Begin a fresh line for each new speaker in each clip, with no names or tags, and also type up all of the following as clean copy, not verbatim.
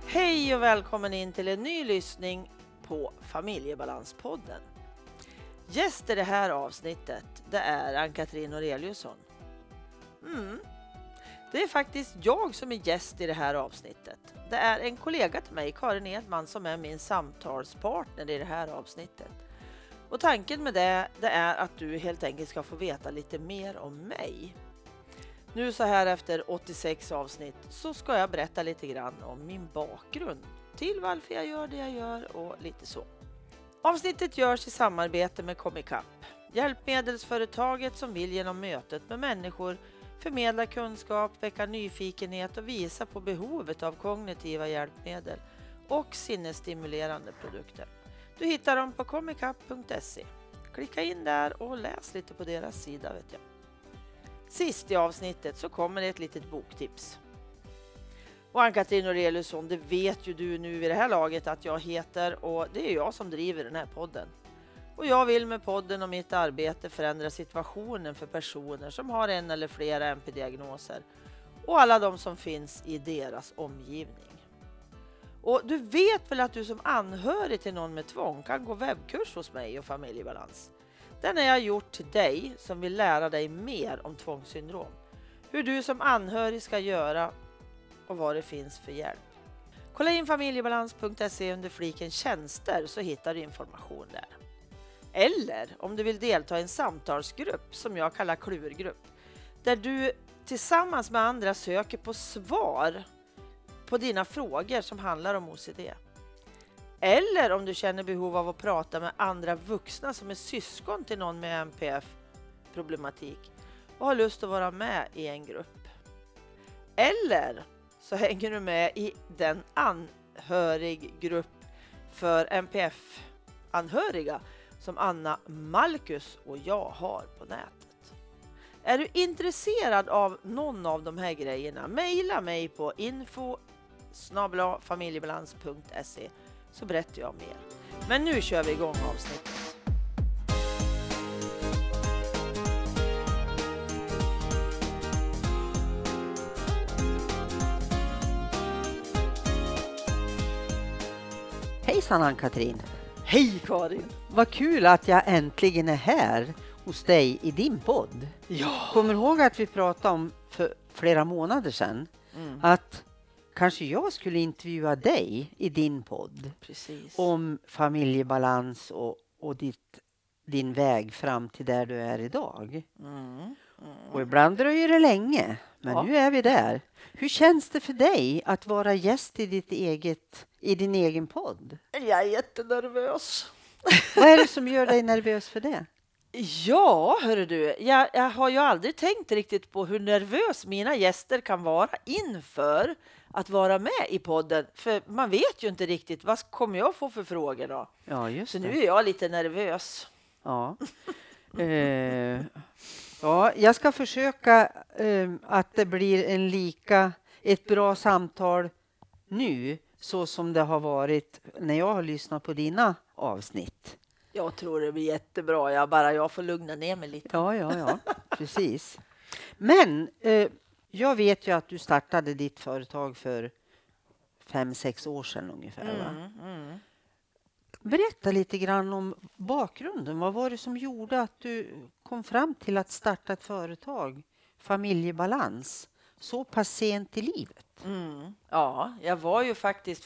Hej och välkommen in till en ny lyssning på Familjebalanspodden. Gäst i det här avsnittet, det är Ann-Katrin Aureliusson. Det är faktiskt jag som är gäst i det här avsnittet. Det är en kollega till mig, Karin Edman, som är min samtalspartner i det här avsnittet. Och tanken med det är att du helt enkelt ska få veta lite mer om mig. Nu så här efter 86 avsnitt så ska jag berätta lite grann om min bakgrund till varför jag gör det jag gör och lite så. Avsnittet görs i samarbete med Comicap, hjälpmedelsföretaget som vill genom mötet med människor förmedla kunskap, väcka nyfikenhet och visa på behovet av kognitiva hjälpmedel och sinnesstimulerande produkter. Du hittar dem på comicap.se. Klicka in där och läs lite på deras sida vet jag. Sist i avsnittet så kommer det ett litet boktips. Och Ann-Katrin Aureliusson, det vet ju du nu vid det här laget att jag heter, och det är jag som driver den här podden. Och jag vill med podden och mitt arbete förändra situationen för personer som har en eller flera MP-diagnoser och alla de som finns i deras omgivning. Och du vet väl att du som anhörig till någon med tvång kan gå webbkurs hos mig och Familjebalans. Den har jag gjort till dig som vill lära dig mer om tvångssyndrom. Hur du som anhörig ska göra och vad det finns för hjälp. Kolla in familjebalans.se under fliken tjänster så hittar du information där. Eller om du vill delta i en samtalsgrupp som jag kallar klurgrupp. Där du tillsammans med andra söker på svar på dina frågor som handlar om OCD. Eller om du känner behov av att prata med andra vuxna som är syskon till någon med NPF-problematik och har lust att vara med i en grupp. Eller så hänger du med i den anhöriggrupp för NPF-anhöriga som Anna Malkus och jag har på nätet. Är du intresserad av någon av de här grejerna, mejla mig på info@familjebalans.se så berättar jag mer. Men nu kör vi igång avsnittet.
Hejsan Ann-Katrin.
Hej Karin!
Vad kul att jag äntligen är här hos dig i din podd.
Ja!
Kommer du ihåg att vi pratade om för flera månader sedan att kanske jag skulle intervjua dig i din podd.
Precis.
Om familjebalans och din väg fram till där du är idag. Och ibland dröjer det länge, men nu är vi där. Hur känns det för dig att vara gäst i din egen podd?
Jag är jättenervös.
Vad är det som gör dig nervös för det?
Ja, hörru du. Jag har ju aldrig tänkt riktigt på hur nervös mina gäster kan vara inför att vara med i podden. För man vet ju inte riktigt, vad kommer jag få för frågor då?
Ja, just
så
det.
nu är jag lite nervös.
Ja. Ja, jag ska försöka att det blir ett bra samtal nu så som det har varit när jag har lyssnat på dina avsnitt.
Jag tror det blir jättebra. Jag får lugna ner mig lite.
Ja, precis. Men jag vet ju att du startade ditt företag för 5-6 år sedan ungefär, va? Berätta lite grann om bakgrunden. Vad var det som gjorde att du kom fram till att starta ett företag, Familjebalans, så pass sent i livet?
Ja, jag var ju faktiskt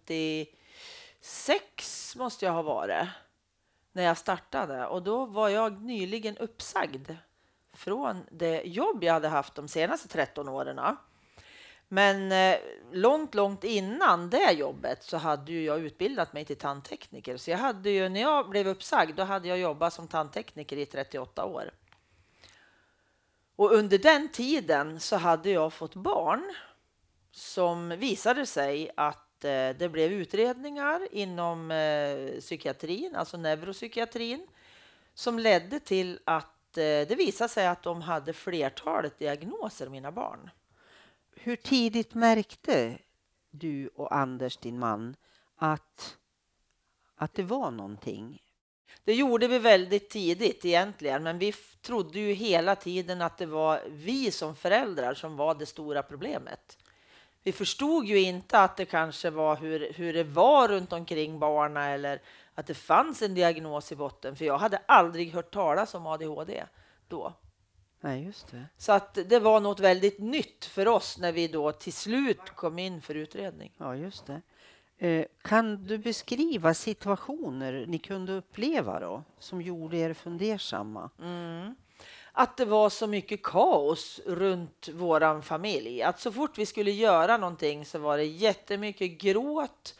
56 måste jag ha varit när jag startade. Och då var jag nyligen uppsagd från det jobb jag hade haft de senaste 13 åren. Men långt innan det jobbet så hade ju jag utbildat mig till tandtekniker. Så när jag blev uppsagd då hade jag jobbat som tandtekniker i 38 år. Och under den tiden så hade jag fått barn som visade sig att det blev utredningar inom psykiatrin, alltså neuropsykiatrin, som ledde till att det visade sig att de hade flertalet diagnoser, mina barn.
Hur tidigt märkte du och Anders, din man, att det var någonting?
Det gjorde vi väldigt tidigt egentligen, men vi trodde ju hela tiden att det var vi som föräldrar som var det stora problemet. Vi förstod ju inte att det kanske var hur det var runt omkring barnen eller att det fanns en diagnos i botten. För jag hade aldrig hört talas om ADHD då.
Nej, just det.
Så att det var något väldigt nytt för oss när vi då till slut kom in för utredning.
Ja, just det. Kan du beskriva situationer ni kunde uppleva då som gjorde er fundersamma?
Att det var så mycket kaos runt våran familj. Att så fort vi skulle göra någonting så var det jättemycket gråt.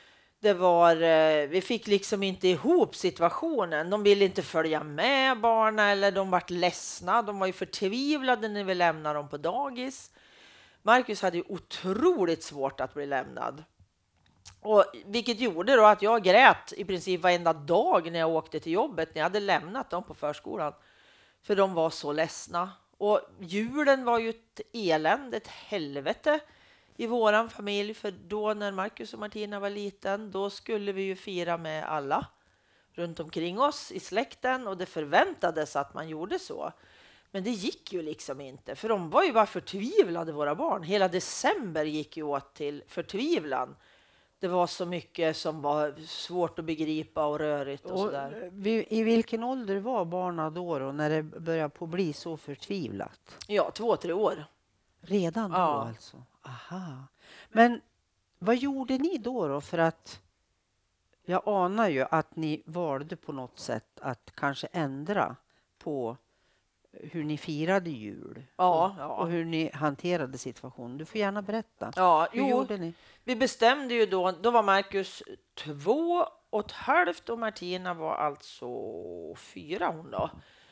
Vi fick liksom inte ihop situationen. De ville inte följa med barnen eller de vart ledsna. De var ju förtvivlade när vi lämnade dem på dagis. Marcus hade ju otroligt svårt att bli lämnad. Och vilket gjorde då att jag grät i princip varenda dag när jag åkte till jobbet när jag hade lämnat dem på förskolan. För de var så ledsna. Och julen var ju ett elände, ett helvete i våran familj. För då när Marcus och Martina var liten, då skulle vi ju fira med alla runt omkring oss i släkten. Och det förväntades att man gjorde så. Men det gick ju liksom inte. För de var ju bara förtvivlade, våra barn. Hela december gick ju åt till förtvivlan. Det var så mycket som var svårt att begripa och rörigt och sådär.
I vilken ålder var barnen då när det började på bli så förtvivlat?
Ja, 2-3 år.
Redan då alltså? Aha. Men vad gjorde ni då för att... Jag anar ju att ni valde på något sätt att kanske ändra på hur ni firade jul. Och hur ni hanterade situationen. Du får gärna berätta.
Ja,
hur gjorde ni?
Vi bestämde ju då var Marcus 2,5 och Martina var alltså 4 hon då.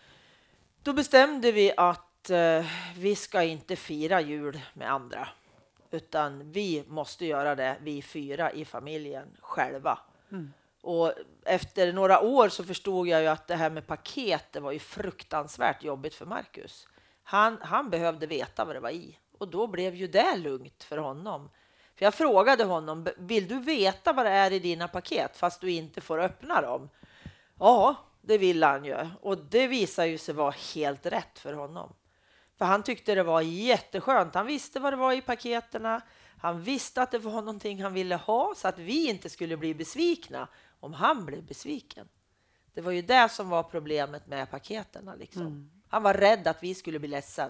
Då bestämde vi att vi ska inte fira jul med andra. Utan vi måste göra det, vi 4 i familjen själva. Och efter några år så förstod jag ju att det här med paket, det var ju fruktansvärt jobbigt för Marcus. Han behövde veta vad det var i. Och då blev ju det lugnt för honom. För jag frågade honom, vill du veta vad det är i dina paket fast du inte får öppna dem? Ja, det vill han ju. Och det visar ju sig vara helt rätt för honom. För han tyckte det var jätteskönt. Han visste vad det var i paketerna. Han visste att det var någonting han ville ha så att vi inte skulle bli besvikna om han blev besviken. Det var ju det som var problemet med paketerna liksom. Han var rädd att vi skulle bli ledsen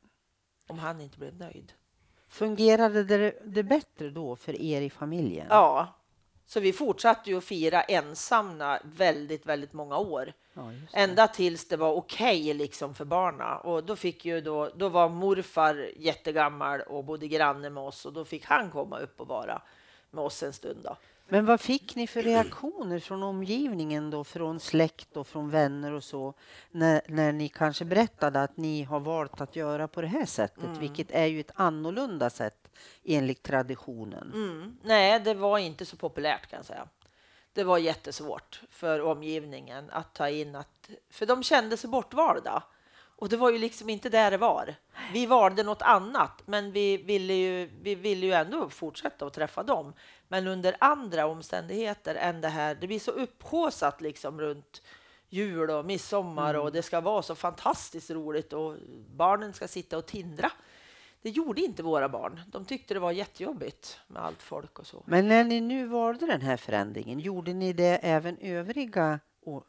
om han inte blev nöjd.
Fungerade det bättre då för er i familjen?
Ja, så vi fortsatte ju att fira ensamma väldigt, väldigt många år.
Ja,
ända tills det var okej liksom för barna. Och då fick ju då var morfar jättegammal och bodde granne med oss. Och då fick han komma upp och vara med oss en stund då.
Men vad fick ni för reaktioner från omgivningen då? Från släkt och från vänner och så? När ni kanske berättade att ni har valt att göra på det här sättet. Vilket är ju ett annorlunda sätt enligt traditionen.
Nej, det var inte så populärt kan jag säga. Det var jättesvårt för omgivningen att ta in för de kände sig bortvalda. Och det var ju liksom inte där det var. Vi valde något annat, men vi ville ju ändå fortsätta att träffa dem. Men under andra omständigheter än det här. Det blir så upphåsat liksom runt jul och midsommar och det ska vara så fantastiskt roligt och barnen ska sitta och tindra. Det gjorde inte våra barn. De tyckte det var jättejobbigt med allt folk och så.
Men när ni nu valde den här förändringen, gjorde ni det även övriga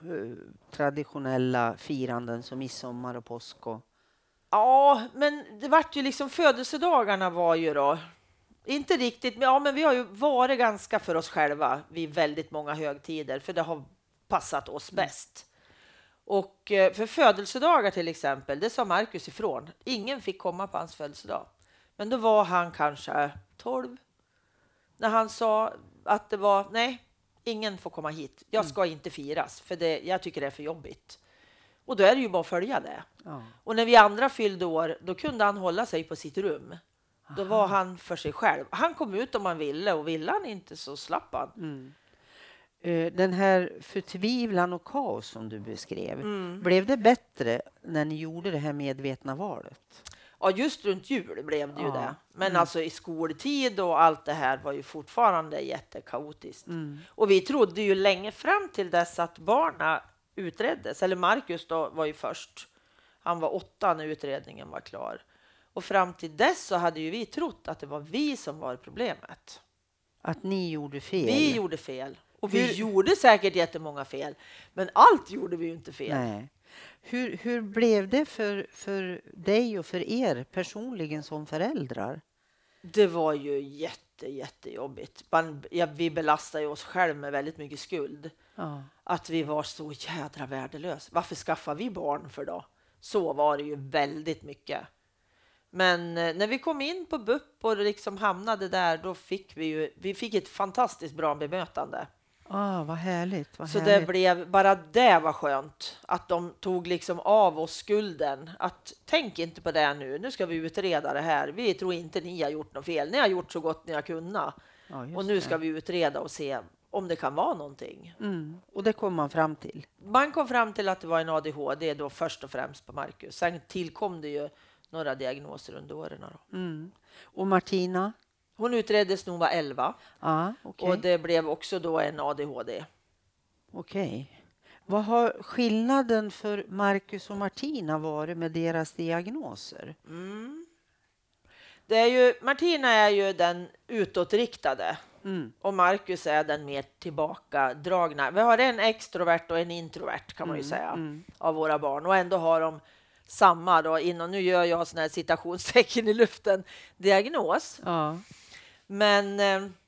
traditionella firanden som midsommar och påsk?
Ja, men det vart ju liksom födelsedagarna var ju då inte riktigt, men vi har ju varit ganska för oss själva vid väldigt många högtider för det har passat oss bäst. Och för födelsedagar till exempel, det sa Marcus ifrån. Ingen fick komma på hans födelsedag. Men då var han kanske 12. När han sa att det var, nej, ingen får komma hit. Jag ska inte firas, för jag tycker det är för jobbigt. Och då är det ju bara att följa det.
Ja.
Och när vi andra fyllde år, då kunde han hålla sig på sitt rum. Då var han för sig själv. Han kom ut om han ville och ville han inte så slapp han.
Den här förtvivlan och kaos som du beskrev, blev det bättre när ni gjorde det här medvetna valet?
Ja, just runt jul blev det ju det. Men alltså i skoltid och allt det här var ju fortfarande jättekaotiskt. Och vi trodde ju länge fram till dess att barna utreddes. Eller Marcus då var ju först. Han var 8 när utredningen var klar. Och fram till dess så hade ju vi trott att det var vi som var problemet.
Att ni gjorde fel?
Vi gjorde fel. Och vi gjorde säkert jättemånga fel. Men allt gjorde vi ju inte fel.
Nej. Hur blev det för dig och för er personligen som föräldrar?
Det var ju jättejobbigt. Vi belastade oss själv med väldigt mycket skuld.
Ja.
Att vi var så jädra värdelösa. Varför skaffar vi barn för då? Så var det ju väldigt mycket. Men när vi kom in på BUP och liksom hamnade där, då fick vi fick ett fantastiskt bra bemötande.
Vad härligt.
Så det blev, bara det var skönt. Att de tog liksom av oss skulden. Att tänk inte på det nu ska vi utreda det här. Vi tror inte ni har gjort något fel. Ni har gjort så gott ni har kunnat.
Ja,
och nu ska vi utreda och se om det kan vara någonting.
Och det kom man fram till?
Man kom fram till att det var en ADHD då först och främst på Marcus. Sen tillkom det ju några diagnoser under åren. Då.
Och Martina?
Hon utreddes när hon var 11.
Okay.
Och det blev också då en ADHD.
Okej. Vad har skillnaden för Marcus och Martina varit med deras diagnoser?
Det är ju, Martina är ju den utåtriktade. Och Marcus är den mer tillbakadragna. Vi har en extrovert och en introvert kan man ju säga av våra barn. Och ändå har de samma då nu gör jag såna här citationstecken i luften, diagnos.
Ja.
Men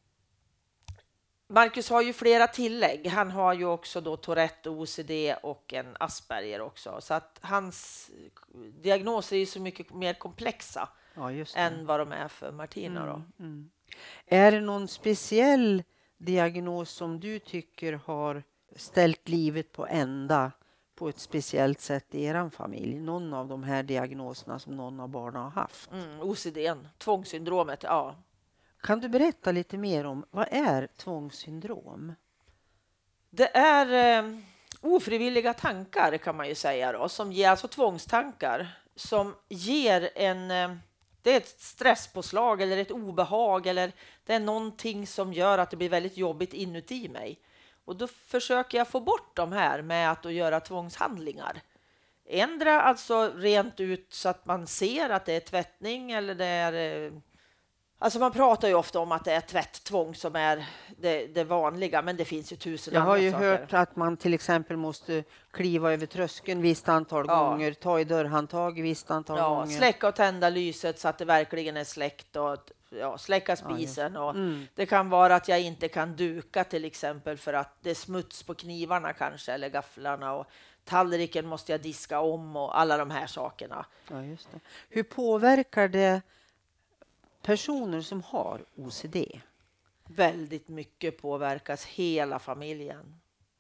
Marcus har ju flera tillägg. Han har ju också då Tourette, OCD och en Asperger också. Så att hans diagnoser är ju så mycket mer komplexa än vad de är för Martina då.
Är det någon speciell diagnos som du tycker har ställt livet på ända på ett speciellt sätt i er familj? Någon av de här diagnoserna som någon av barnen har haft?
OCD, tvångssyndromet, ja.
Kan du berätta lite mer om vad är tvångssyndrom?
Det är ofrivilliga tankar kan man ju säga då, som ger alltså tvångstankar som ger det är ett stresspåslag eller ett obehag eller det är någonting som gör att det blir väldigt jobbigt inuti mig. Och då försöker jag få bort de här med att göra tvångshandlingar. Ändra alltså rent ut så att man ser att det är tvättning eller det är... Alltså man pratar ju ofta om att det är tvätttvång som är det vanliga, men det finns ju tusen andra saker. Jag har ju
hört att man till exempel måste kliva över tröskeln visst antal gånger, ta i dörrhandtag visst antal gånger.
Släcka och tända lyset så att det verkligen är släckt och släcka spisen. Och det kan vara att jag inte kan duka till exempel för att det är smuts på knivarna kanske eller gafflarna och tallriken måste jag diska om och alla de här sakerna.
Ja, just det. Hur påverkar det personer som har OCD?
Väldigt mycket påverkas hela familjen.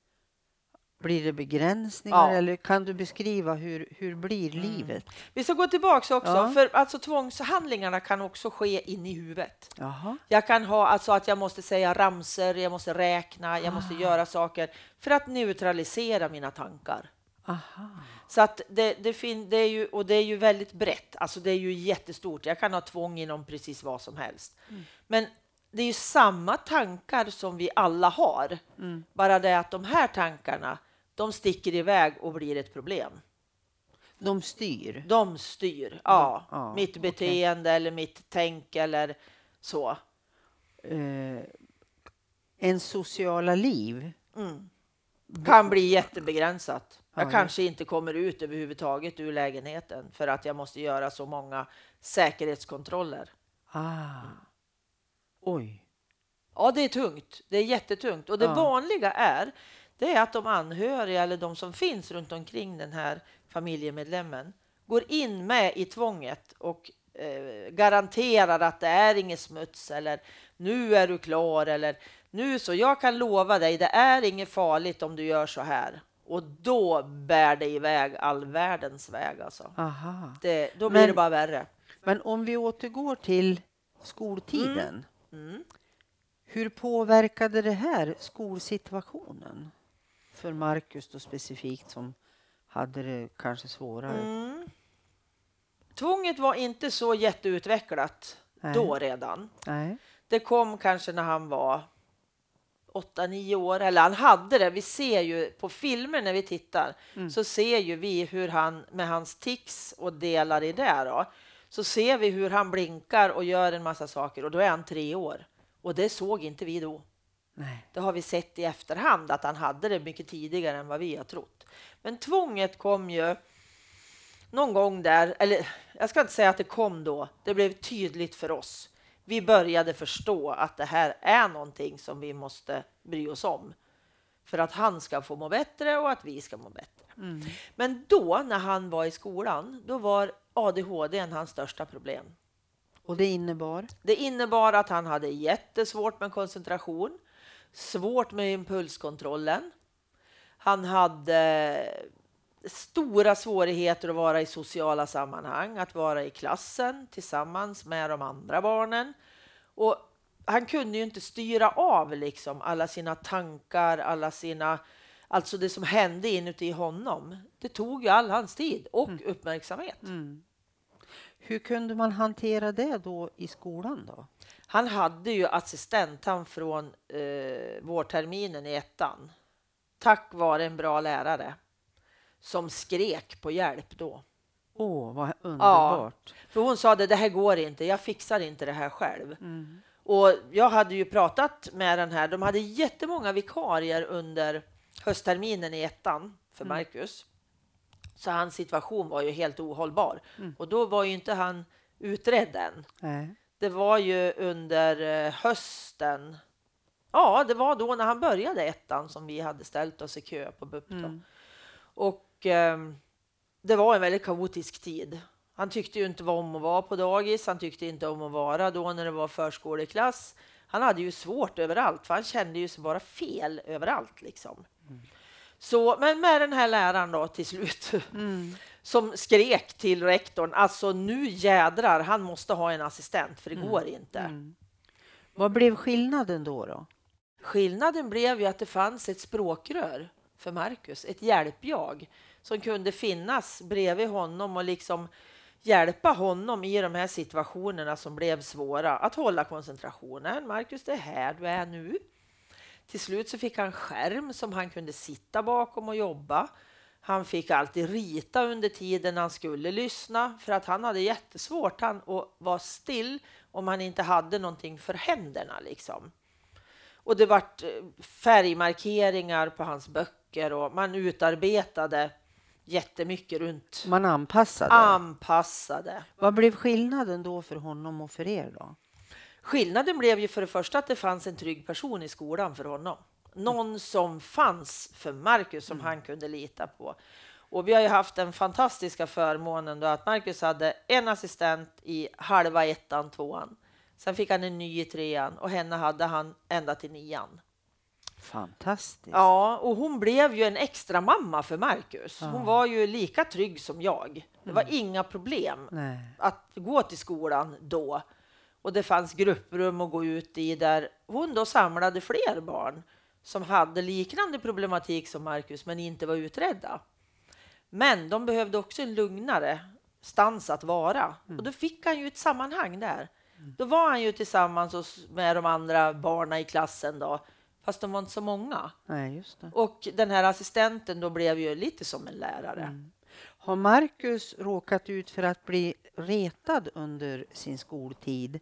Blir det begränsningar eller kan du beskriva hur blir livet?
Vi ska gå tillbaka också för alltså tvångshandlingarna kan också ske in i huvudet.
Jaha.
Jag kan ha alltså att jag måste säga ramser, jag måste räkna, jag måste göra saker för att neutralisera mina tankar.
Aha.
Så att det är ju väldigt brett, alltså det är ju jättestort. Jag kan ha tvång inom precis vad som helst. Men det är ju samma tankar som vi alla har. Bara det att de här tankarna, de sticker iväg och blir ett problem.
De styr?
De styr, ja. Mitt beteende eller mitt tänk eller så.
En sociala liv?
Kan bli jättebegränsat. Jag kanske inte kommer ut överhuvudtaget ur lägenheten för att jag måste göra så många säkerhetskontroller.
Oj.
Ja, det är tungt. Det är jättetungt. Och det vanliga det är att de anhöriga eller de som finns runt omkring den här familjemedlemmen går in med i tvånget och garanterar att det är inget smuts eller nu är du klar eller nu så jag kan lova dig det är inget farligt om du gör så här. Och då bär det iväg all världens väg alltså.
Aha.
Då blir det bara värre.
Men om vi återgår till skoltiden. Hur påverkade det här skolsituationen för Marcus då specifikt som hade det kanske svårare?
Tvånget var inte så jätteutvecklat då redan.
Nej.
Det kom kanske när han var 8-9 år, eller han hade det. Vi ser ju på filmer när vi tittar så ser ju vi hur han med hans tics och delar i det då, Så ser vi hur han blinkar och gör en massa saker och då är han 3 år. Och det såg inte vi då.
Nej.
Det har vi sett i efterhand att han hade det mycket tidigare än vad vi har trott. Men tvånget kom ju någon gång där, eller jag ska inte säga att det kom då. Det blev tydligt för oss. Vi började förstå att det här är någonting som vi måste bry oss om. För att han ska få må bättre och att vi ska må bättre.
Mm.
Men då, när han var i skolan, då var ADHD hans största problem.
Och det innebar?
Det innebar att han hade jättesvårt med koncentration, svårt med impulskontrollen. Han hade stora svårigheter att vara i sociala sammanhang, att vara i klassen tillsammans med de andra barnen. Och han kunde ju inte styra av liksom alla sina tankar, alltså det som hände inuti honom. Det tog ju all hans tid och uppmärksamhet.
Mm. Hur kunde man hantera det då i skolan då?
Han hade ju assistent, han från vårterminen i 1:an. Tack vare en bra lärare som skrek på hjälp då.
Vad underbart.
Ja, för hon sa det här går inte, jag fixar inte det här själv.
Mm.
Och jag hade ju pratat med den här, de hade jättemånga vikarier under höstterminen i 1:an för Marcus. Så hans situation var ju helt ohållbar. Och då var ju inte han utredd än.
Nej.
Det var ju under hösten. Ja, det var då när han började 1:an som vi hade ställt oss i kö på BUP då. Och det var en väldigt kaotisk tid. Han tyckte ju inte om att vara på dagis. Han tyckte inte om att vara då när det var förskoleklass. Han hade ju svårt överallt. För han kände ju sig bara fel överallt liksom. Så, men med den här läraren då till slut. Som skrek till rektorn. Alltså nu jädrar, han måste ha en assistent. För det går inte.
Vad blev skillnaden då?
Skillnaden blev ju att det fanns ett språkrör för Marcus. Ett hjälpjag. Som kunde finnas bredvid honom och liksom hjälpa honom i de här situationerna som blev svåra. Att hålla koncentrationen. Marcus, det är här du är nu. Till slut så fick han skärm som han kunde sitta bakom och jobba. Han fick alltid rita under tiden han skulle lyssna. För att han hade jättesvårt att vara still om han inte hade någonting för händerna liksom. Och det var färgmarkeringar på hans böcker och man utarbetade jättemycket runt.
Man anpassade. Vad blev skillnaden då för honom och för er då?
Skillnaden blev ju för det första att det fanns en trygg person i skolan för honom. Någon som fanns för Marcus som han kunde lita på. Och vi har ju haft den fantastiska förmånen då att Marcus hade en assistent i halva 1:an, 2:an. Sen fick han en ny i 3:an och henne hade han ända till 9:an.
Fantastiskt.
Ja, och hon blev ju en extra mamma för Marcus. Hon var ju lika trygg som jag. Det var inga problem att gå till skolan då. Och det fanns grupprum att gå ut i där hon då samlade fler barn som hade liknande problematik som Marcus men inte var utredda. Men de behövde också en lugnare stans att vara. Och då fick han ju ett sammanhang där. Då var han ju tillsammans med de andra barnen i klassen då. Fast de var inte så många.
Nej, just det.
Och den här assistenten då blev ju lite som en lärare.
Har Marcus råkat ut för att bli retad under sin skoltid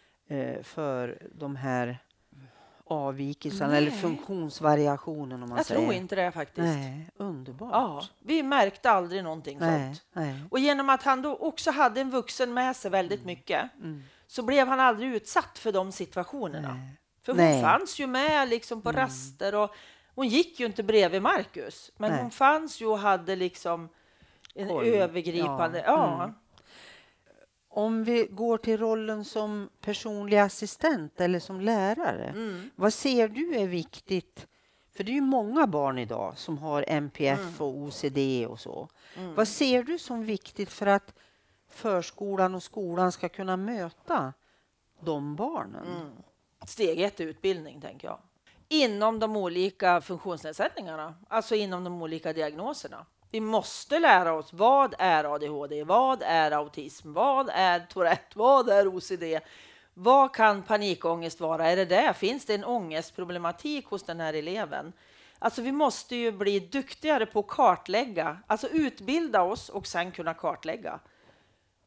för de här avvikelserna eller funktionsvariationen om man säger?
Jag tror inte det faktiskt.
Nej, underbart.
Ja, vi märkte aldrig någonting sånt.
Nej.
Och genom att han då också hade en vuxen med sig väldigt mycket så blev han aldrig utsatt för de situationerna.
Nej.
För hon fanns ju med liksom på raster och hon gick ju inte bredvid Marcus. Men hon fanns ju och hade liksom en övergripande... Ja.
Om vi går till rollen som personlig assistent eller som lärare. Vad ser du är viktigt? För det är ju många barn idag som har NPF och OCD och så. Vad ser du som viktigt för att förskolan och skolan ska kunna möta de barnen?
Steg 1 utbildning, tänker jag. Inom de olika funktionsnedsättningarna. Alltså inom de olika diagnoserna. Vi måste lära oss vad är ADHD, vad är autism, vad är Tourette, vad är OCD. Vad kan panikångest vara? Är det där? Finns det en ångestproblematik hos den här eleven? Alltså vi måste ju bli duktigare på att kartlägga. Alltså utbilda oss och sen kunna kartlägga.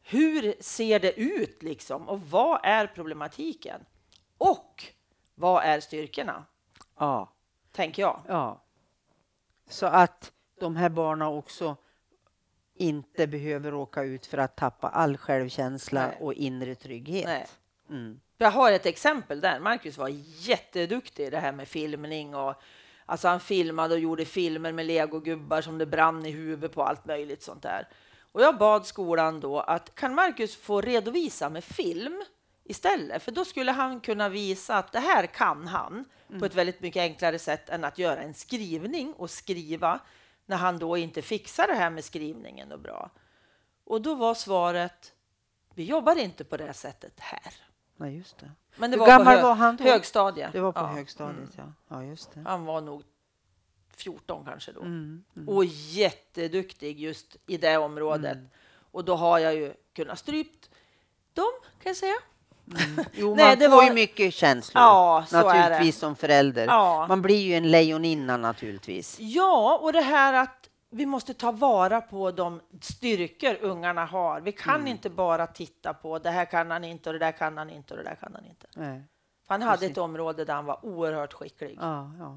hur ser det ut liksom? Och vad är problematiken? Och vad är styrkorna?
Ja.
Tänker jag.
Ja. Så att de här barnen också inte behöver råka ut för att tappa all självkänsla
Nej.
och inre trygghet.
Nej.
Mm.
Jag har ett exempel där. Marcus var jätteduktig i det här med filmning. Och, alltså han filmade och gjorde filmer med legogubbar som det brann i huvudet på, allt möjligt sånt där. Och jag bad skolan då att kan Marcus få redovisa med film istället? För då skulle han kunna visa att det här kan han på ett väldigt mycket enklare sätt än att göra en skrivning och skriva när han då inte fixar det här med skrivningen och bra. Och då var svaret, vi jobbar inte på det sättet här.
Nej, just det.
Men det
Hur
var
gammal
på
var han då?
högstadiet.
Det var på högstadiet, ja. Ja, just det.
Han var nog 14 kanske då.
Mm.
Och jätteduktig just i det området. Och då har jag ju kunnat strypt dem, kan jag säga.
Jo,
Nej,
man
det
får
var
ju mycket känslor.
Ja, så är
naturligtvis
det.
som förälder.
Ja.
Man blir ju en lejoninna naturligtvis.
Ja, och det här att vi måste ta vara på de styrkor ungarna har. Vi kan inte bara titta på det här kan han inte och det där kan han inte och det där kan han inte.
Nej.
För han hade ett område där han var oerhört skicklig.
Ja, ja.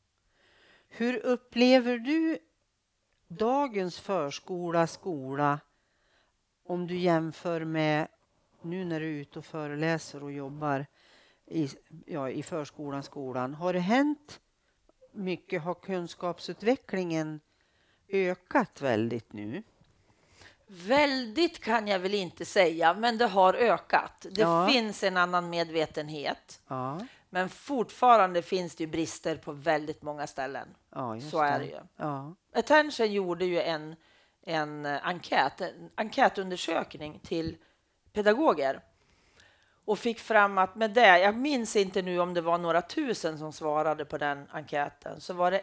Hur upplever du dagens skola om du jämför med nu när du är ute och föreläser och jobbar i förskolan, skolan? Har det hänt mycket? Har kunskapsutvecklingen ökat väldigt nu?
Väldigt kan jag väl inte säga, men det har ökat. Det finns en annan medvetenhet.
Ja.
Men fortfarande finns det ju brister på väldigt många ställen.
Ja, just
Så är det ju.
Ja.
Attention gjorde ju en enkätundersökning till pedagoger. Och fick fram att med det, jag minns inte nu om det var några tusen som svarade på den enkäten, så var det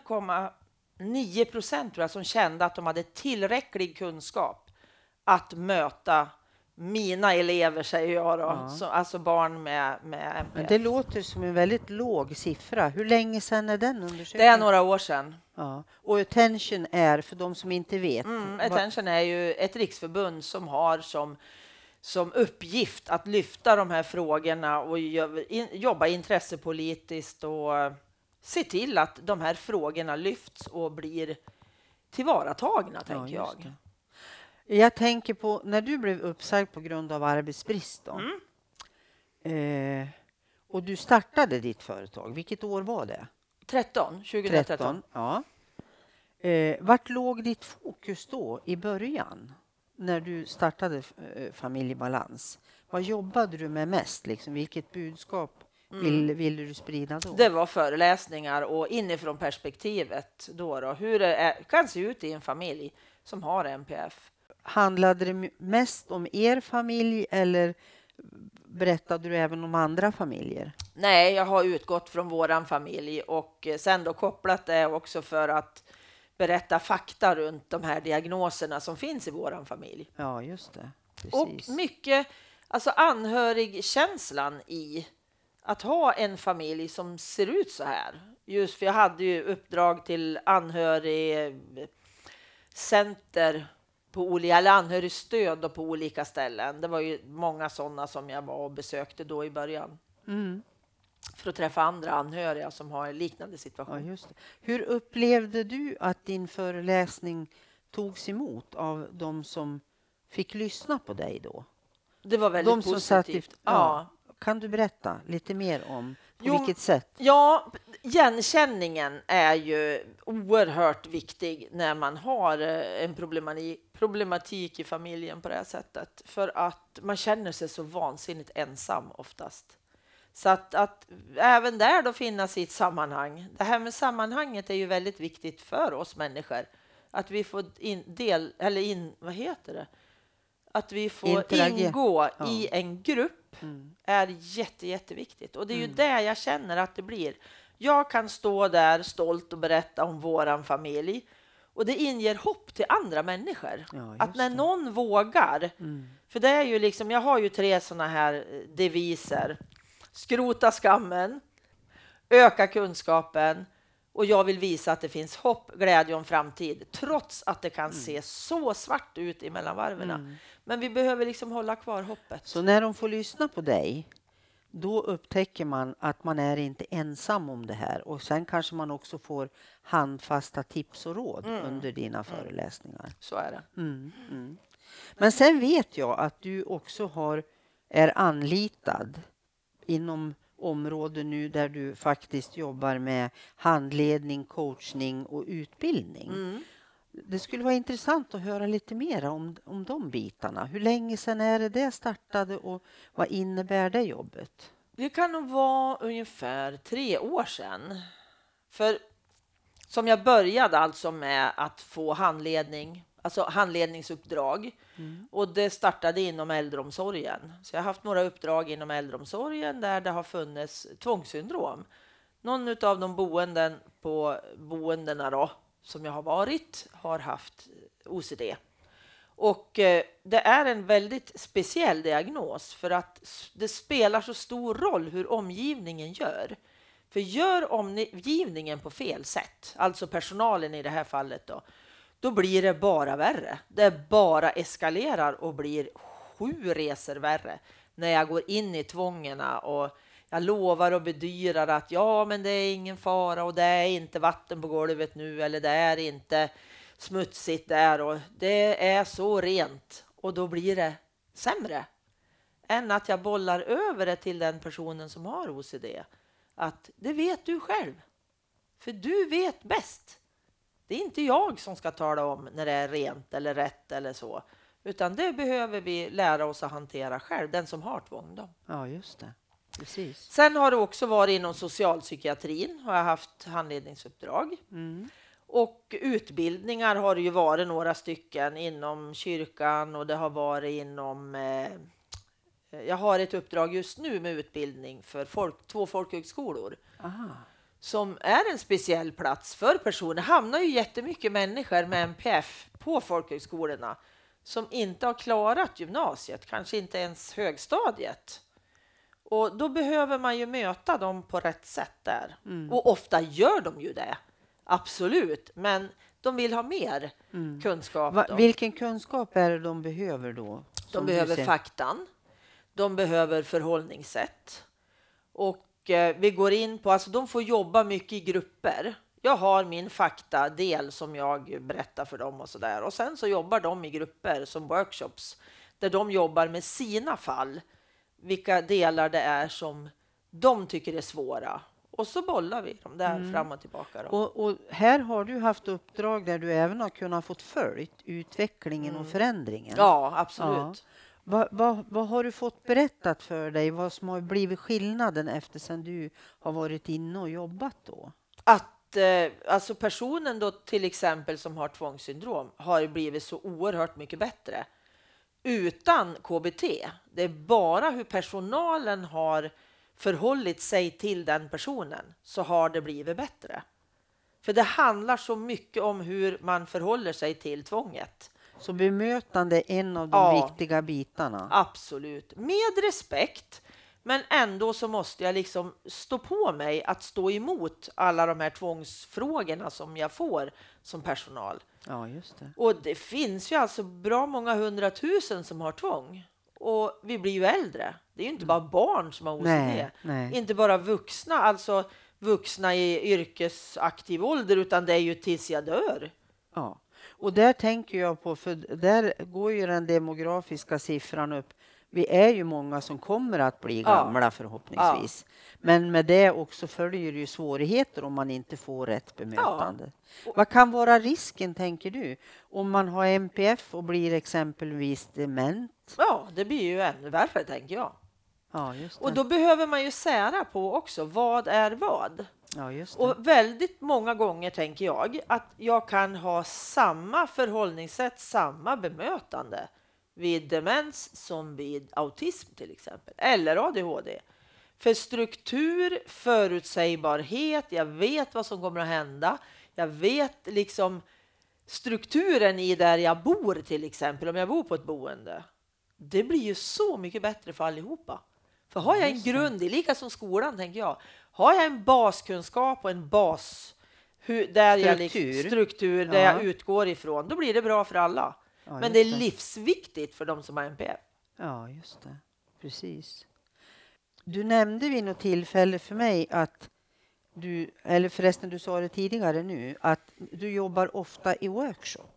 1,9% som kände att de hade tillräcklig kunskap att möta mina elever, säger jag då.
Ja.
Så, alltså barn med MPF.
Men det låter som en väldigt låg siffra. Hur länge sedan är den undersökningen?
Det är några år sedan.
Ja. Och Attention är, för de som inte vet.
Attention är ju ett riksförbund som har som uppgift att lyfta de här frågorna och jobba intressepolitiskt och se till att de här frågorna lyfts och blir tillvaratagna, tänker jag.
Det. Jag tänker på när du blev uppsagd på grund av arbetsbrist då. Och du startade ditt företag. Vilket år var det?
2013.
Ja. Vart låg ditt fokus då i början? När du startade Familjebalans. Vad jobbade du med mest? Liksom? Vilket budskap ville du sprida då?
Det var föreläsningar och inifrån perspektivet då. Hur det kan se ut i en familj som har MPF.
Handlade det mest om er familj eller berättade du även om andra familjer?
Nej, jag har utgått från våran familj och sen då kopplat det också för att berätta fakta runt de här diagnoserna som finns i våran familj.
Ja, just det. Precis.
Och mycket, alltså anhörigkänslan i att ha en familj som ser ut så här. Just för jag hade ju uppdrag till anhörigcenter på olika, eller anhörigstöd på olika ställen. Det var ju många sådana som jag var och besökte då i början. För att träffa andra anhöriga som har en liknande situation.
Ja, just det. Hur upplevde du att din föreläsning togs emot av de som fick lyssna på dig då?
Det var väldigt positivt. Ja.
Kan du berätta lite mer om vilket sätt?
Ja, igenkänningen är ju oerhört viktig när man har en problematik i familjen på det här sättet. För att man känner sig så vansinnigt ensam oftast. Så att även där då finnas i ett sammanhang. Det här med sammanhanget är ju väldigt viktigt för oss människor. Att vi får att vi får ingå i en grupp är jätteviktigt. Och det är ju det jag känner att det blir. Jag kan stå där stolt och berätta om våran familj. Och det inger hopp till andra människor. Ja, att när någon vågar. För det är ju liksom, jag har ju 3 såna här deviser. Skrota skammen, öka kunskapen Och jag vill visa att det finns hopp, glädje och en framtid. Trots att det kan se så svart ut i mellanvarven. Men vi behöver liksom hålla kvar hoppet.
Så när de får lyssna på dig, då upptäcker man att man är inte ensam om det här. Och sen kanske man också får handfasta tips och råd under dina föreläsningar.
Så är det.
Men sen vet jag att du också är anlitad inom områden nu där du faktiskt jobbar med handledning, coachning och utbildning. Det skulle vara intressant att höra lite mer om de bitarna. Hur länge sedan är det startade och vad innebär det jobbet?
Det kan nog vara ungefär 3 år sedan. För som jag började alltså med att få handledning, alltså handledningsuppdrag. Och det startade inom äldreomsorgen. Så jag har haft några uppdrag inom äldreomsorgen där det har funnits tvångssyndrom. Någon av de boendena då, som jag har varit har haft OCD. Och det är en väldigt speciell diagnos för att det spelar så stor roll hur omgivningen gör. För gör omgivningen på fel sätt, alltså personalen i det här fallet då blir det bara värre. Det bara eskalerar och blir 7 resor värre när jag går in i tvångerna och jag lovar och bedyrar att ja, men det är ingen fara och det är inte vatten på golvet nu eller det är inte smutsigt där och det är så rent och då blir det sämre än att jag bollar över det till den personen som har OCD. Att det vet du själv. För du vet bäst. Det är inte jag som ska tala om när det är rent eller rätt eller så. Utan det behöver vi lära oss att hantera själv. Den som har tvång då.
Ja, just det. Precis.
Sen har det också varit inom socialpsykiatrin. Har jag haft handledningsuppdrag. Och utbildningar har det ju varit några stycken inom kyrkan. Och det har varit inom... jag har ett uppdrag just nu med utbildning för 2 folkhögskolor.
Aha.
Som är en speciell plats för personer. Det hamnar ju jättemycket människor med NPF på folkhögskolorna som inte har klarat gymnasiet, kanske inte ens högstadiet. Och då behöver man ju möta dem på rätt sätt där. Och ofta gör de ju det, absolut. Men de vill ha mer kunskap.
Vilken kunskap är det de behöver då?
De behöver faktan. De behöver förhållningssätt. Och vi går in på, alltså de får jobba mycket i grupper. Jag har min faktadel som jag berättar för dem och sådär. Och sen så jobbar de i grupper som workshops. Där de jobbar med sina fall. Vilka delar det är som de tycker är svåra. Och så bollar vi dem där fram och tillbaka. Då.
Och här har du haft uppdrag där du även har kunnat fått följt utvecklingen och förändringen.
Ja, absolut.
Ja. Vad har du fått berättat för dig? Vad som har blivit skillnaden eftersom du har varit inne och jobbat då?
Att alltså personen då till exempel som har tvångssyndrom har blivit så oerhört mycket bättre. Utan KBT. Det är bara hur personalen har förhållit sig till den personen så har det blivit bättre. För det handlar så mycket om hur man förhåller sig till tvånget.
Så bemötande är en av de viktiga bitarna.
Absolut. Med respekt. Men ändå så måste jag liksom stå på mig att stå emot alla de här tvångsfrågorna som jag får som personal.
Ja, just det.
Och det finns ju alltså bra många 100 000 som har tvång. Och vi blir ju äldre. Det är ju inte bara barn som har OCD.
Nej.
Inte bara vuxna, alltså vuxna i yrkesaktiv ålder, utan det är ju tills jag dör.
Ja, och där tänker jag på, för där går ju den demografiska siffran upp. Vi är ju många som kommer att bli gamla förhoppningsvis. Ja. Men med det också följer ju svårigheter om man inte får rätt bemötande. Ja. Vad kan vara risken, tänker du? Om man har NPF och blir exempelvis dement?
Ja, det blir ju ännu värre, tänker jag.
Ja, just det.
Och då behöver man ju sära på också, vad är vad?
Ja, just det.
Och väldigt många gånger tänker jag att jag kan ha samma förhållningssätt, samma bemötande vid demens som vid autism till exempel, eller ADHD. För struktur, förutsägbarhet, jag vet vad som kommer att hända. Jag vet liksom strukturen i där jag bor till exempel, om jag bor på ett boende. Det blir ju så mycket bättre för allihopa. För har jag en grund i, lika som skolan tänker jag, har jag en baskunskap och en bas struktur där jag utgår ifrån, då blir det bra för alla.
Ja,
men det är livsviktigt för de som har NPF.
Ja, just det. Precis. Du nämnde vid något tillfälle för mig att eller förresten du sa det tidigare nu, att du jobbar ofta i workshop.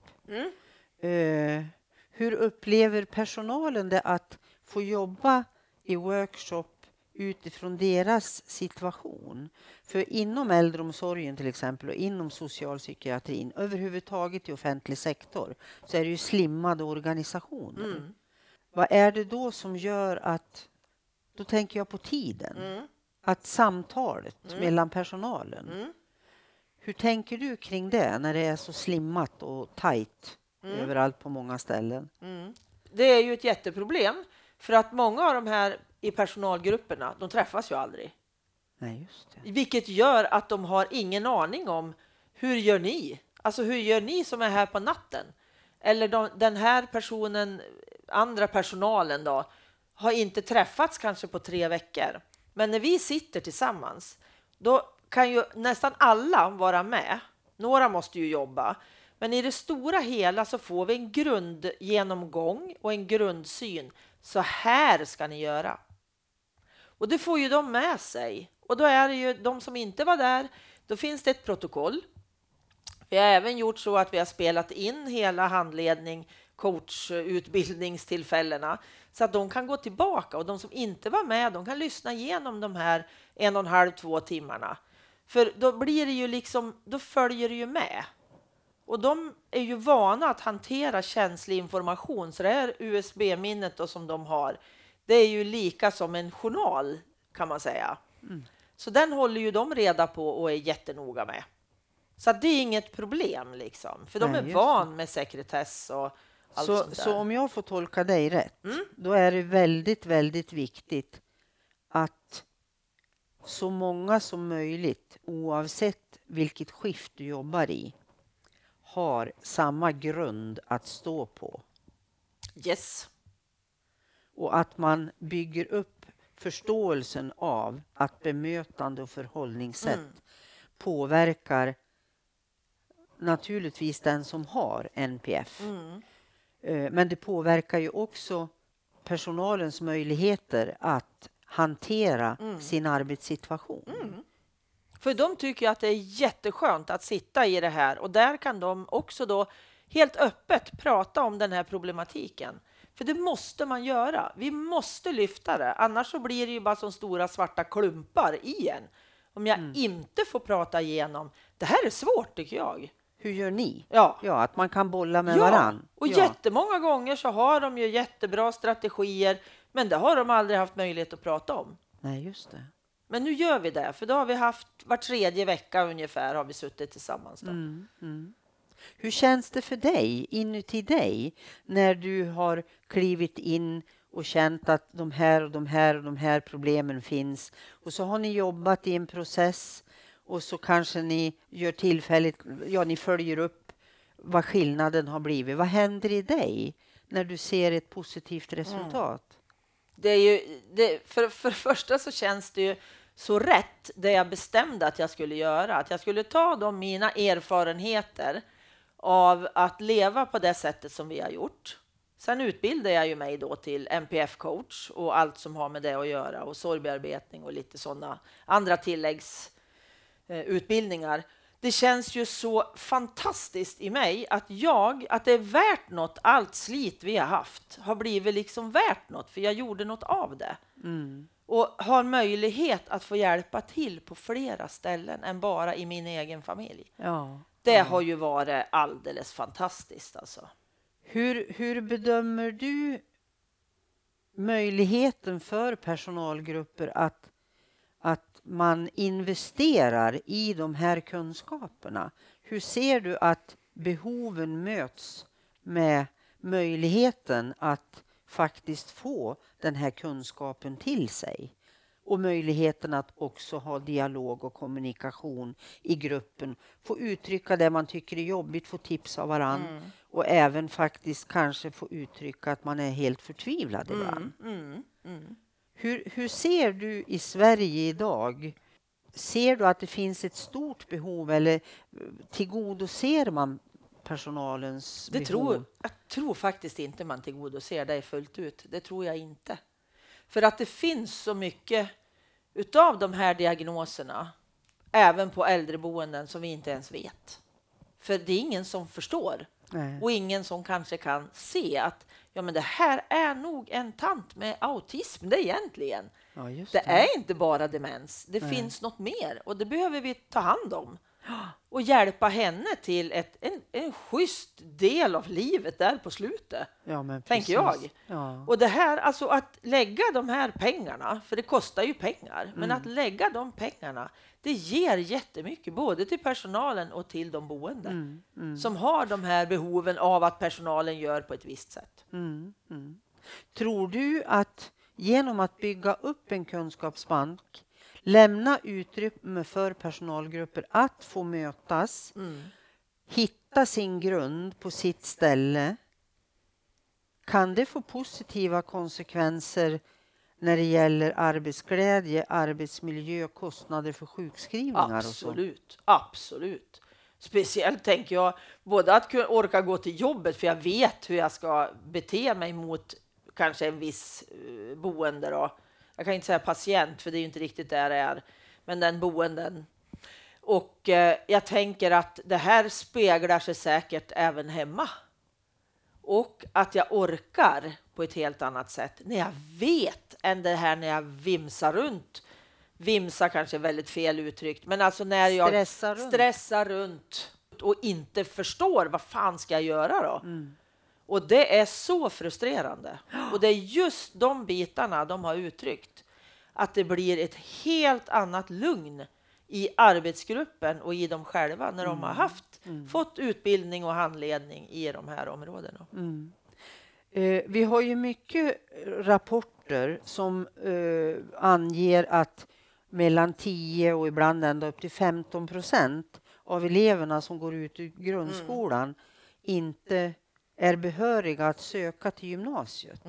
Hur upplever personalen det att få jobba i workshop utifrån deras situation? För inom äldreomsorgen till exempel och inom socialpsykiatrin, överhuvudtaget i offentlig sektor, så är det ju slimmade organisationer. Vad är det då som gör att, då tänker jag på tiden, att samtalet mellan personalen, hur tänker du kring det när det är så slimmat och tajt överallt på många ställen?
Det är ju ett jätteproblem, för att många av de här i personalgrupperna, de träffas ju aldrig.
Nej, just det.
Vilket gör att de har ingen aning om hur gör ni? Alltså hur gör ni som är här på natten? Eller den här personen, andra personalen då, har inte träffats kanske på 3 veckor. Men när vi sitter tillsammans, då kan ju nästan alla vara med. Några måste ju jobba. Men i det stora hela så får vi en grundgenomgång och en grundsyn. Så här ska ni göra. Och det får ju de med sig. Och då är det ju de som inte var där, då finns det ett protokoll. Vi har även gjort så att vi har spelat in hela handledning, coachutbildningstillfällena, så att de kan gå tillbaka, och de som inte var med, de kan lyssna igenom de här 1,5-2 timmarna. För då blir det ju liksom, då följer det ju med. Och de är ju vana att hantera känslig information, så det här USB-minnet då som de har, det är ju lika som en journal kan man säga. Så den håller ju de reda på och är jättenoga med. Så det är inget problem liksom, för de är van med sekretess och allt sånt där.
Så om jag får tolka dig rätt, då är det väldigt, väldigt viktigt att så många som möjligt, oavsett vilket skift du jobbar i, har samma grund att stå på.
Yes.
Och att man bygger upp förståelsen av att bemötande och förhållningssätt påverkar naturligtvis den som har NPF. Men det påverkar ju också personalens möjligheter att hantera sin arbetssituation.
För de tycker att det är jätteskönt att sitta i det här, och där kan de också då helt öppet prata om den här problematiken. För det måste man göra. Vi måste lyfta det. Annars så blir det ju bara som stora svarta klumpar i en. Om jag inte får prata igenom. Det här är svårt tycker jag.
Hur gör ni?
Ja,
att man kan bolla med varann.
Och jättemånga gånger så har de ju jättebra strategier. Men det har de aldrig haft möjlighet att prata om.
Nej, just det.
Men nu gör vi det. För då har vi haft var 3:e vecka ungefär har vi suttit tillsammans då.
Hur känns det för dig, inuti dig, när du har klivit in och känt att de här och de här och de här problemen finns, och så har ni jobbat i en process, och så kanske ni gör tillfälligt, ni följer upp vad skillnaden har blivit. Vad händer i dig när du ser ett positivt resultat?
Det är ju, för det första så känns det ju så rätt det jag bestämde att jag skulle göra. Att jag skulle ta mina erfarenheter av att leva på det sättet som vi har gjort. Sen utbildade jag ju mig då till NPF-coach och allt som har med det att göra, och sorgbearbetning och lite sådana andra tilläggsutbildningar. Det känns ju så fantastiskt i mig att det är värt något, allt slit vi har haft har blivit liksom värt något, för jag gjorde något av det. Och har möjlighet att få hjälpa till på flera ställen än bara i min egen familj. Det har ju varit alldeles fantastiskt alltså.
Hur bedömer du möjligheten för personalgrupper att man investerar i de här kunskaperna? Hur ser du att behoven möts med möjligheten att faktiskt få den här kunskapen till sig? Och möjligheten att också ha dialog och kommunikation i gruppen. Få uttrycka det man tycker är jobbigt, få tips av varann. Och även faktiskt kanske få uttrycka att man är helt förtvivlad ibland. Hur ser du i Sverige idag ser du att det finns ett stort behov eller tillgodoser man personalens behov?
Jag tror faktiskt inte man tillgodoser det fullt ut. Det tror jag inte. För att det finns så mycket utav de här diagnoserna även på äldreboenden som vi inte ens vet. För det är ingen som förstår.
Nej.
Och ingen som kanske kan se att ja, men det här är nog en tant med autism. Det är egentligen.
Ja, just
Det är inte bara demens. Det finns något mer och det behöver vi ta hand om. Och hjälpa henne till en schysst del av livet där på slutet.
Ja, men
tänker jag.
Ja.
Och det här, alltså att lägga de här pengarna, för det kostar ju pengar, men att lägga de pengarna, det ger jättemycket både till personalen och till de boende som har de här behoven av att personalen gör på ett visst sätt.
Tror du att genom att bygga upp en kunskapsbank, lämna utrymme för personalgrupper att få mötas, hitta sin grund på sitt ställe, kan det få positiva konsekvenser när det gäller arbetsglädje, arbetsmiljö, kostnader för sjukskrivningar?
Absolut, absolut. Speciellt tänker jag både att orka gå till jobbet, för jag vet hur jag ska bete mig mot kanske en viss boende då. Jag kan inte säga patient, för det är ju inte riktigt där det är, men den boenden. Och jag tänker att det här speglar sig säkert även hemma. Och att jag orkar på ett helt annat sätt när jag vet än det här när jag vimsar runt. Vimsa kanske är väldigt fel uttryckt, men alltså när jag stressar runt och inte förstår vad fan ska jag göra då. Och det är så frustrerande. Och det är just de bitarna de har uttryckt. Att det blir ett helt annat lugn i arbetsgruppen och i dem själva när de har fått utbildning och handledning i de här områdena.
Vi har ju mycket rapporter som anger att mellan 10 och ibland ända upp till 15% av eleverna som går ut i grundskolan inte är behöriga att söka till gymnasiet.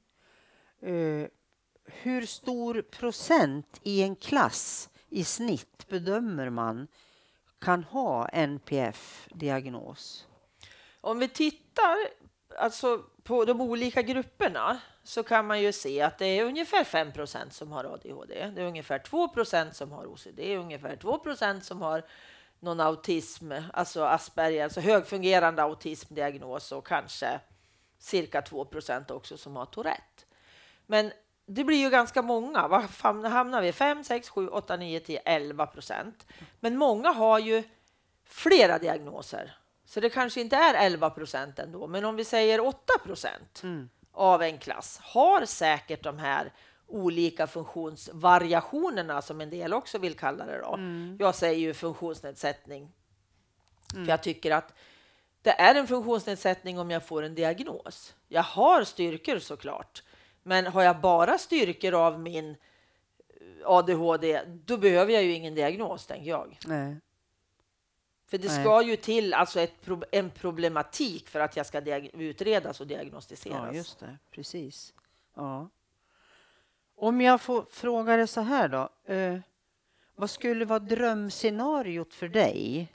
Hur stor procent i en klass i snitt bedömer man kan ha NPF-diagnos?
Om vi tittar alltså på de olika grupperna så kan man ju se att det är ungefär 5% som har ADHD. Det är ungefär 2% som har OCD. Ungefär 2% som har någon autism, alltså Asperger, alltså högfungerande autismdiagnos, och kanske cirka 2% också som har Tourette. Men det blir ju ganska många. Vad hamnar vi? 5, 6, 7, 8, 9, 10, 11%. Men många har ju flera diagnoser. Så det kanske inte är 11% ändå. Men om vi säger 8% av en klass har säkert de här olika funktionsvariationerna, som en del också vill kalla det då. Jag säger ju funktionsnedsättning. För jag tycker att det är en funktionsnedsättning om jag får en diagnos. Jag har styrkor såklart. Men har jag bara styrkor av min ADHD, då behöver jag ju ingen diagnos, tänker jag.
Nej.
För det ska ju till alltså en problematik för att jag ska utredas och diagnostiseras.
Ja, just det. Precis. Ja. Om jag får fråga det så här då. Vad skulle vara drömscenariot för dig?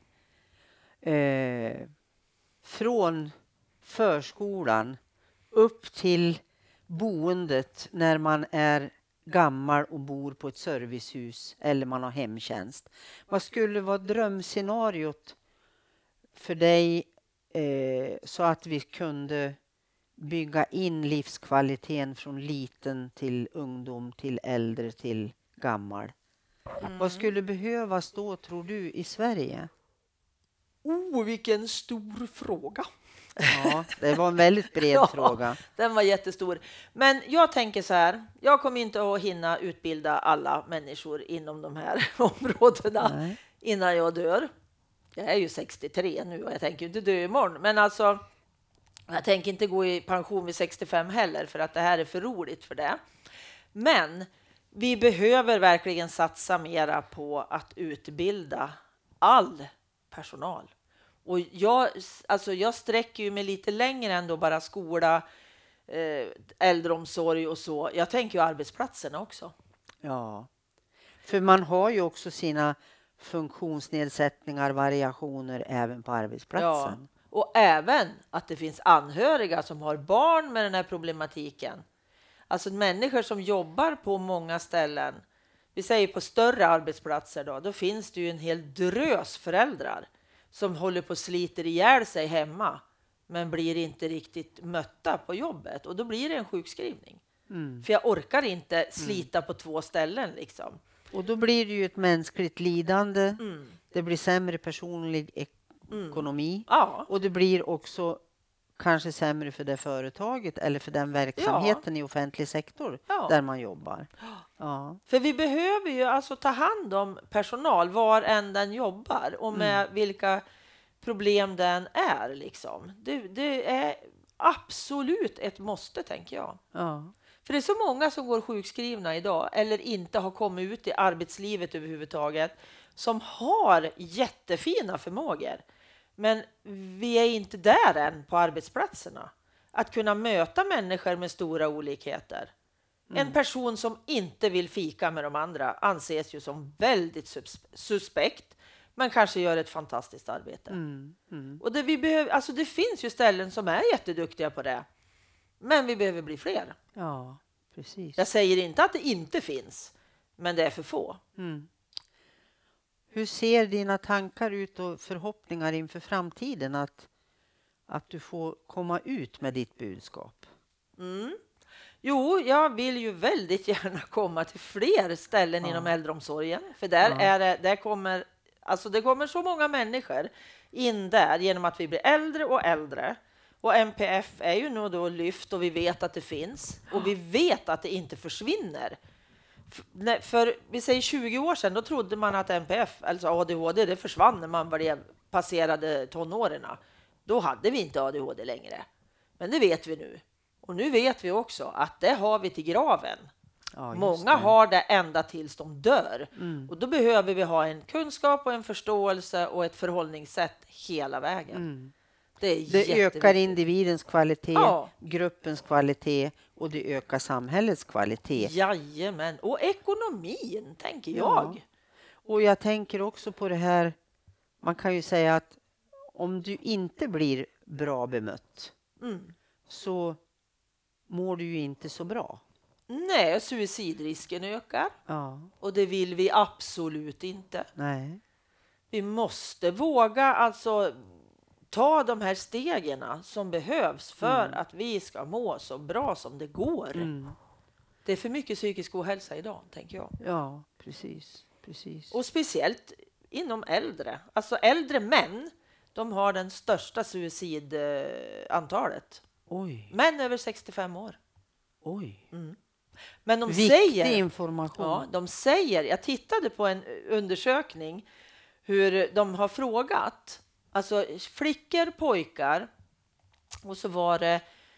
Från förskolan upp till boendet när man är gammal och bor på ett servicehus eller man har hemtjänst. Vad skulle vara drömscenariot för dig så att vi kunde bygga in livskvaliteten från liten till ungdom till äldre till gammal? Vad skulle behövas då, tror du, i Sverige?
Vilken stor fråga.
Ja, det var en väldigt bred fråga.
Den var jättestor. Men jag tänker så här, jag kommer inte att hinna utbilda alla människor inom de här områdena innan jag dör. Jag är ju 63 nu och jag tänker inte dö imorgon. Men alltså, jag tänker inte gå i pension vid 65 heller, för att det här är för roligt för det. Men vi behöver verkligen satsa mera på att utbilda all personal. Och jag sträcker ju mig lite längre än då bara skola, äldreomsorg och så. Jag tänker ju arbetsplatserna också.
Ja, För man har ju också sina funktionsnedsättningar, variationer även på arbetsplatsen.
Ja, och även att det finns anhöriga som har barn med den här problematiken. Alltså människor som jobbar på många ställen, vi säger på större arbetsplatser då finns det ju en hel drös föräldrar som håller på och sliter ihjäl sig hemma men blir inte riktigt mötta på jobbet och då blir det en sjukskrivning. För jag orkar inte slita på 2 ställen liksom.
Och då blir det ju ett mänskligt lidande. Det blir sämre personlig ekonomi.
Ja.
Och det blir också kanske sämre för det företaget eller för den verksamheten i offentlig sektor där man jobbar. Ja.
För vi behöver ju alltså ta hand om personal var än den jobbar och med vilka problem den är liksom. Det är absolut ett måste, tänker jag.
Ja.
För det är så många som går sjukskrivna idag eller inte har kommit ut i arbetslivet överhuvudtaget som har jättefina förmågor. Men vi är inte där än på arbetsplatserna. Att kunna möta människor med stora olikheter. En person som inte vill fika med de andra anses ju som väldigt suspekt, men kanske gör ett fantastiskt arbete. Och det, vi behöver, alltså det finns ju ställen som är jätteduktiga på det, men vi behöver bli fler.
Ja, precis.
Jag säger inte att det inte finns, men det är för få.
Hur ser dina tankar ut och förhoppningar inför framtiden att du får komma ut med ditt budskap?
Jo, jag vill ju väldigt gärna komma till fler ställen inom äldreomsorgen. För där kommer, alltså det kommer så många människor in där genom att vi blir äldre och äldre. Och MPF är ju nu då lyft och vi vet att det finns. Och vi vet att det inte försvinner. För vi säger 20 år sedan, då trodde man att MPF, alltså ADHD, det försvann när man passerade tonåren. Då hade vi inte ADHD längre. Men det vet vi nu. Och nu vet vi också att det har vi till graven. Ja, många har det ända tills de dör. Och då behöver vi ha en kunskap och en förståelse och ett förhållningssätt hela vägen. Det
ökar individens kvalitet, gruppens kvalitet och det ökar samhällets kvalitet.
Jajamän, och ekonomin tänker jag.
Och jag tänker också på det här, man kan ju säga att om du inte blir bra bemött så mår du ju inte så bra.
Nej, suicidrisken ökar.
Ja.
Och det vill vi absolut inte.
Nej. Vi
måste våga alltså ta de här stegen som behövs för att vi ska må så bra som det går. Det är för mycket psykisk ohälsa idag, tänker jag.
Ja, precis.
Och speciellt inom äldre. Alltså äldre män, de har den största suicidantalet.
Oj.
Män över 65 år.
Oj.
Men de
viktig information.
Ja, de säger, jag tittade på en undersökning hur de har frågat alltså flickor, pojkar och så var det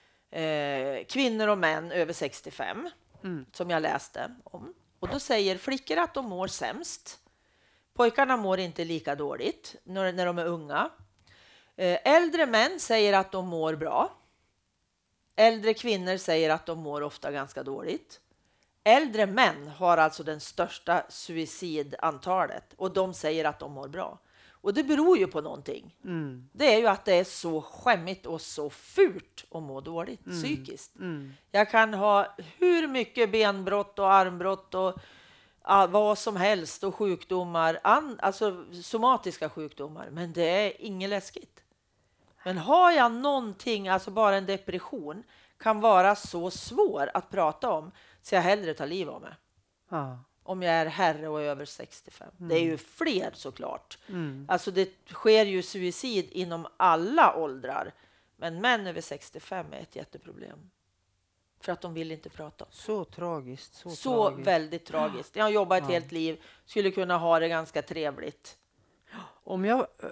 kvinnor och män över 65 som jag läste om. Och då säger flickor att de mår sämst. Pojkarna mår inte lika dåligt när de är unga. Äldre män säger att de mår bra. Äldre kvinnor säger att de mår ofta ganska dåligt. Äldre män har alltså den största suicidantalet och de säger att de mår bra. Och det beror ju på någonting. Det är ju att det är så skämmigt och så fult att må dåligt psykiskt. Jag kan ha hur mycket benbrott och armbrott och vad som helst och sjukdomar, alltså somatiska sjukdomar, men det är inget läskigt. Men har jag någonting, alltså bara en depression, kan vara så svår att prata om så jag hellre tar liv av mig. Om jag är herre och över 65. Det är ju fler såklart. Alltså det sker ju suicid inom alla åldrar. Men män över 65 är ett jätteproblem. För att de vill inte prata.
Så tragiskt.
Så väldigt tragiskt. Jag har jobbat ett helt liv. Skulle kunna ha det ganska trevligt.
Om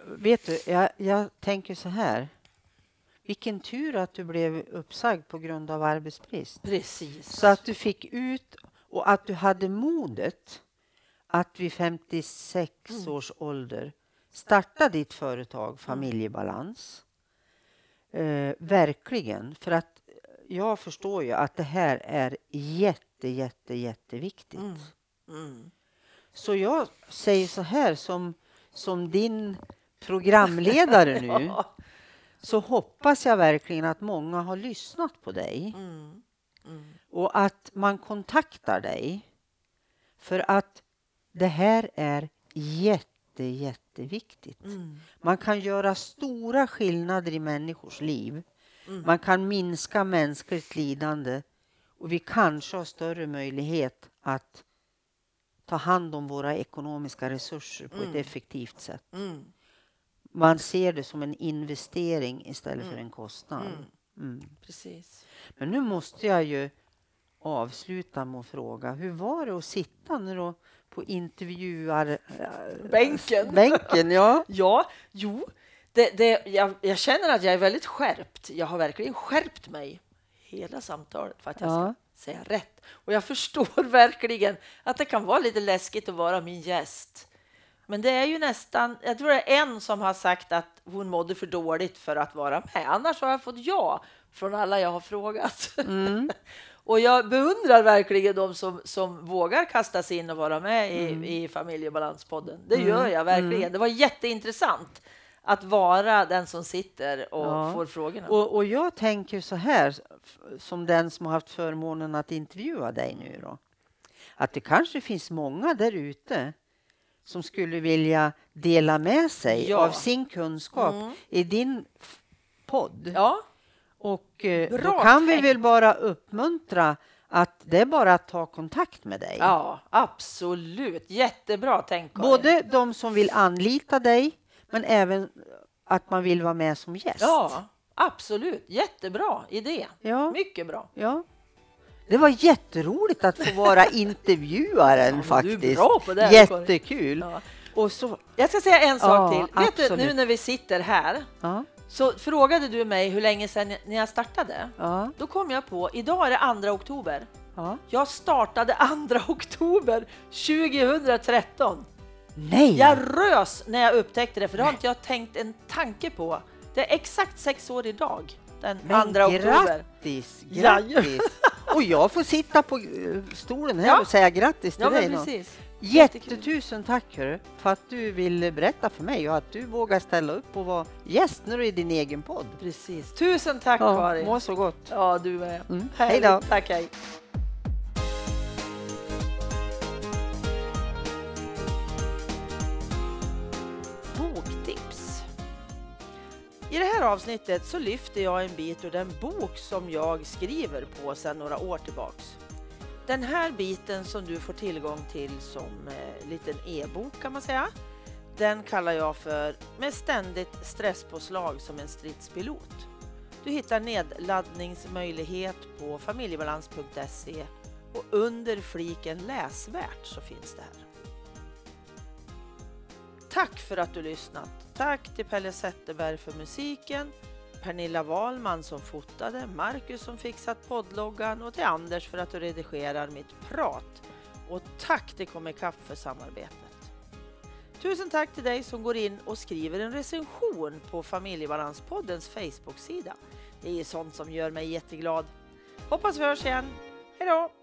jag tänker så här. Vilken tur att du blev uppsagd på grund av arbetsbrist.
Precis.
Så att du fick ut och att du hade modet att vid 56 års ålder starta ditt företag Familjebalans. Verkligen. För att jag förstår ju att det här är jätteviktigt. Så jag säger så här som din programledare nu.
Ja.
Så hoppas jag verkligen att många har lyssnat på dig. Och att man kontaktar dig. För att det här är jätteviktigt. Man kan göra stora skillnader i människors liv. Man kan minska mänskligt lidande. Och vi kanske har större möjlighet att ta hand om våra ekonomiska resurser på ett effektivt sätt. Man ser det som en investering istället för en kostnad.
Precis.
Men nu måste jag ju avsluta med att fråga. Hur var det att sitta när du på intervjuarbänken? Ja.
Ja, jo. Jag känner att jag är väldigt skärpt. Jag har verkligen skärpt mig hela samtalet för att jag ska säga rätt. Och jag förstår verkligen att det kan vara lite läskigt att vara min gäst. Men det är ju nästan, jag tror det är en som har sagt att hon mådde för dåligt för att vara med. Annars har jag fått ja från alla jag har frågat. Och jag beundrar verkligen de som vågar kasta sig in och vara med i Familjebalanspodden. Det gör jag verkligen. Det var jätteintressant att vara den som sitter och får frågorna.
Och jag tänker så här, som den som har haft förmånen att intervjua dig nu då. Att det kanske finns många där ute som skulle vilja dela med sig av sin kunskap i din podd.
Ja.
Och då kan vi väl bara uppmuntra att det är bara att ta kontakt med dig.
Ja, absolut. Jättebra tänk.
Både de som vill anlita dig, men även att man vill vara med som gäst.
Ja, absolut. Jättebra idé.
Ja.
Mycket bra.
Ja. Det var jätteroligt att få vara intervjuaren faktiskt.
Du är bra på det.
Jättekul.
Ja.
Och så,
jag ska säga en sak till. Vet
absolut.
du, nu när vi sitter här så frågade du mig hur länge sedan jag startade. Då kom jag på, idag är det 2 oktober. Jag startade 2 oktober 2013.
Nej!
Jag rös när jag upptäckte det, för det har inte jag tänkt en tanke på. Det är exakt 6 år idag, den 2 oktober.
Grattis! Och jag får sitta på stolen här och säga grattis till dig.
Precis.
Jättetusen tack för att du vill berätta för mig och att du vågar ställa upp och vara gäst när du är i din egen podd.
Precis. Tusen tack, Karin.
Må så gott.
Ja, du med.
Hej då.
Tack, hej. Boktips. I det här avsnittet så lyfter jag en bit ur den bok som jag skriver på sedan några år tillbaks. Den här biten som du får tillgång till som liten e-bok kan man säga. Den kallar jag för Med ständigt stresspåslag som en stridspilot. Du hittar nedladdningsmöjlighet på familjebalans.se och under fliken läsvärt så finns det här. Tack för att du lyssnat. Tack till Pelle Zetterberg för musiken, Pernilla Wahlman som fotade, Marcus som fixat poddloggan och till Anders för att du redigerar mitt prat. Och tack till Komikapp för samarbetet. Tusen tack till dig som går in och skriver en recension på Familjebalanspoddens Facebook-sida. Det är sånt som gör mig jätteglad. Hoppas vi hörs igen. Hej då!